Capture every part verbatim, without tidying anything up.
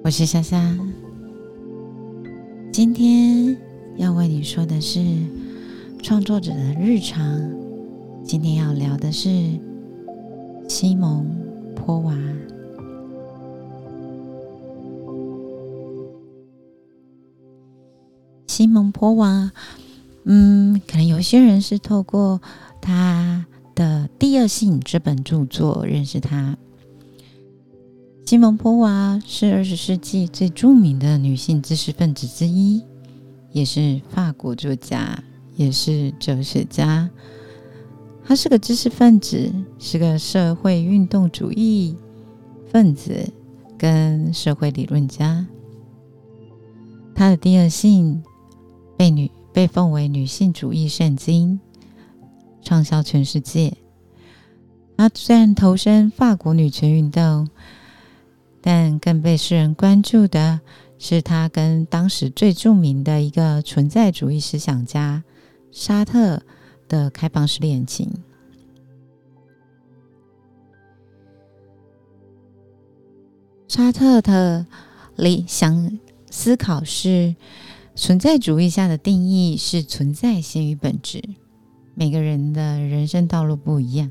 我是莎莎，今天要为你说的是创作者的日常。今天要聊的是西蒙波娃。西蒙波娃，嗯，可能有些人是透过他的《第二性》这本著作认识他。西蒙波娃是二十世纪最著名的女性知识分子之一，也是法国作家，也是哲学家。她是个知识分子，是个社会运动主义分子跟社会理论家。她的《第二性》被女被奉为女性主义圣经，畅销全世界。她虽然投身法国女权运动，但更被世人关注的是她跟当时最著名的一个存在主义思想家沙特的开放式恋情。沙特的理想思考是，存在主义下的定义是存在先于本质，每个人的人生道路不一样。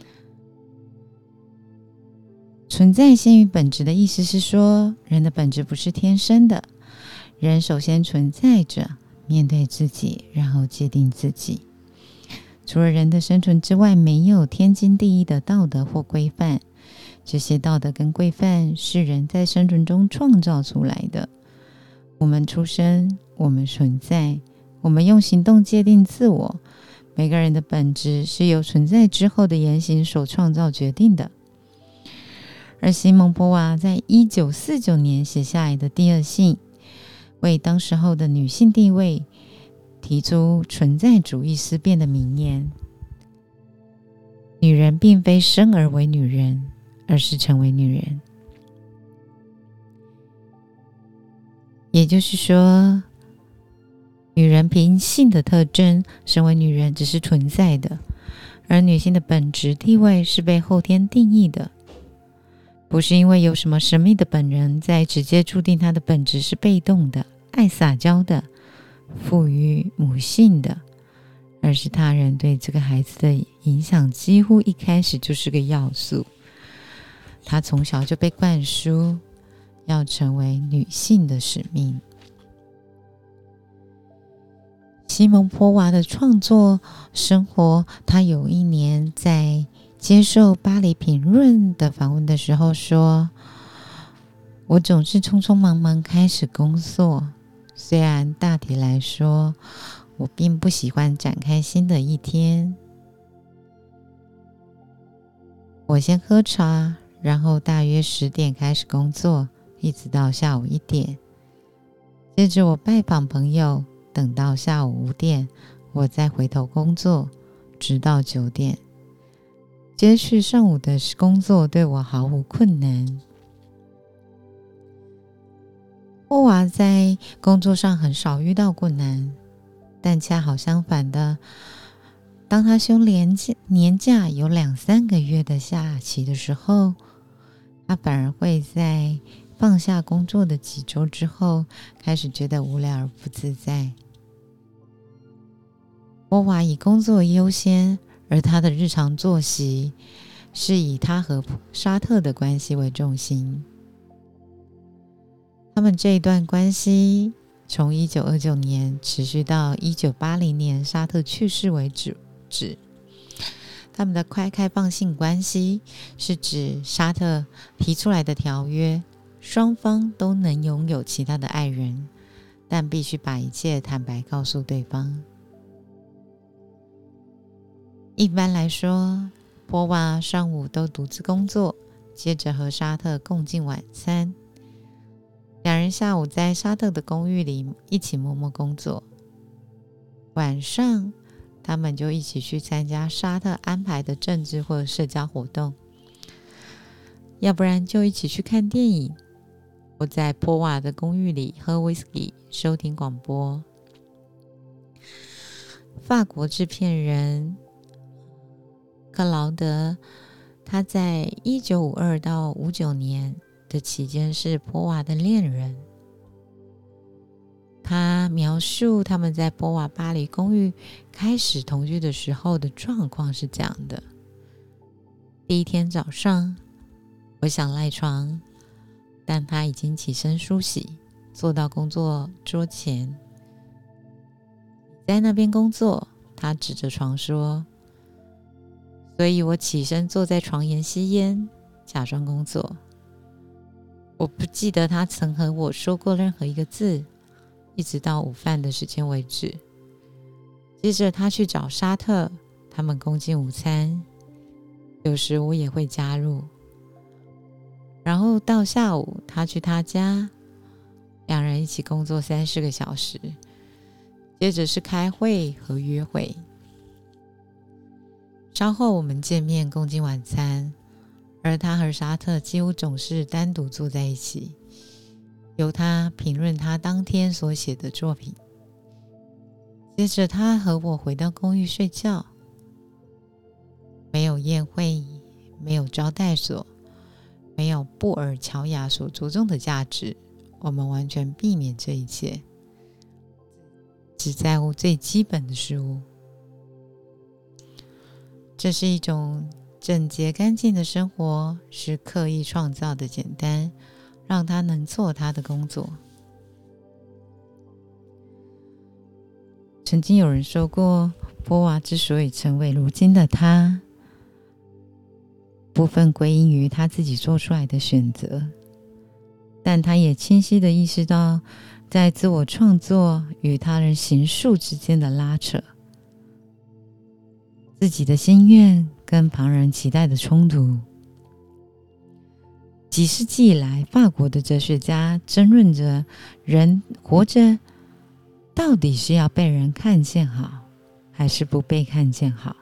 存在先于本质的意思是说，人的本质不是天生的，人首先存在着，面对自己，然后界定自己。除了人的生存之外，没有天经地义的道德或规范，这些道德跟规范是人在生存中创造出来的。我们出生，我们存在，我们用行动界定自我，每个人的本质是由存在之后的言行所创造决定的。而西蒙波娃在一九四九年写下来的《第二性》，为当时候的女性地位提出存在主义思辨的名言：女人并非生而为女人，而是成为女人。也就是说，女人凭性的特征身为女人只是存在的，而女性的本质地位是被后天定义的，不是因为有什么神秘的本人在直接注定她的本质是被动的、爱撒娇的、赋予母性的，而是他人对这个孩子的影响几乎一开始就是个要素。她从小就被灌输要成为女性的使命。西蒙波娃的创作生活，她有一年在接受巴黎评论的访问的时候说，我总是匆匆忙忙开始工作，虽然大体来说我并不喜欢展开新的一天。我先喝茶，然后大约十点开始工作，一直到下午一点。接着我拜访朋友，等到下午五点，我再回头工作，直到九点。接续上午的工作对我毫无困难。波娃在工作上很少遇到困难，但恰好相反的，当他休年假年假有两三个月的假期的时候，他反而会在放下工作的几周之后，开始觉得无聊而不自在。波娃以工作优先，而他的日常作息是以他和沙特的关系为重心。他们这一段关系从一九二九年持续到一九八零年沙特去世为止。他们的快开放性关系是指沙特提出来的条约，双方都能拥有其他的爱人，但必须把一切坦白告诉对方。一般来说，波娃上午都独自工作，接着和沙特共进晚餐。两人下午在沙特的公寓里一起默默工作，晚上他们就一起去参加沙特安排的政治或社交活动，要不然就一起去看电影，或在波娃的公寓里喝 whisky 收听广播。法国制片人克劳德，他在一九五二到五九年的期间是波瓦的恋人。他描述他们在波瓦巴黎公寓开始同居的时候的状况是这样的：第一天早上，我想赖床，但他已经起身梳洗，坐到工作桌前。在那边工作，他指着床说，所以我起身坐在床沿吸烟，假装工作。我不记得他曾和我说过任何一个字，一直到午饭的时间为止。接着他去找沙特，他们共进午餐，有时我也会加入。然后到下午，他去他家，两人一起工作三四个小时，接着是开会和约会。稍后我们见面共进晚餐，而他和沙特几乎总是单独坐在一起，由他评论他当天所写的作品。接着他和我回到公寓睡觉。没有宴会，没有招待所，没有布尔乔亚所着重的价值，我们完全避免这一切，只在乎最基本的事物。这是一种整洁干净的生活，是刻意创造的简单，让他能做他的工作。曾经有人说过，波瓦之所以成为如今的他，部分归因于他自己做出来的选择，但他也清晰地意识到在自我创作与他人形塑之间的拉扯，自己的心愿跟旁人期待的冲突。几世纪以来，法国的哲学家争论着人活着到底是要被人看见好，还是不被看见好。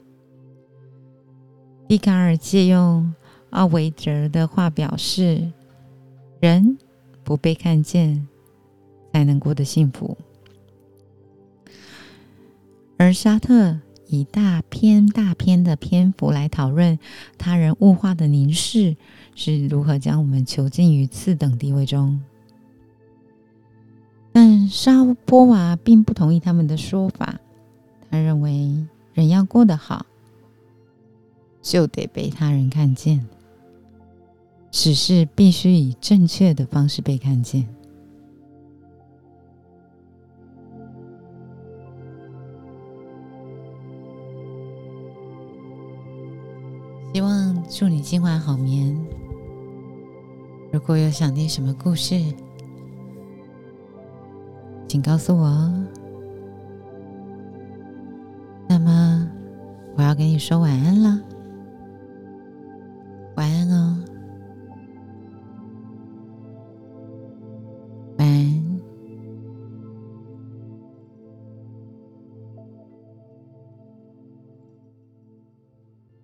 笛卡尔借用奥维德的话表示，人不被看见才能过得幸福。而沙特以大篇大篇的篇幅来讨论他人物化的凝视是如何将我们囚禁于次等地位中。但沙波瓦并不同意他们的说法，他认为人要过得好，就得被他人看见，只是必须以正确的方式被看见。希望祝你今晚好眠。如果有想听什么故事，请告诉我哦。那么我要跟你说晚安了，晚安哦。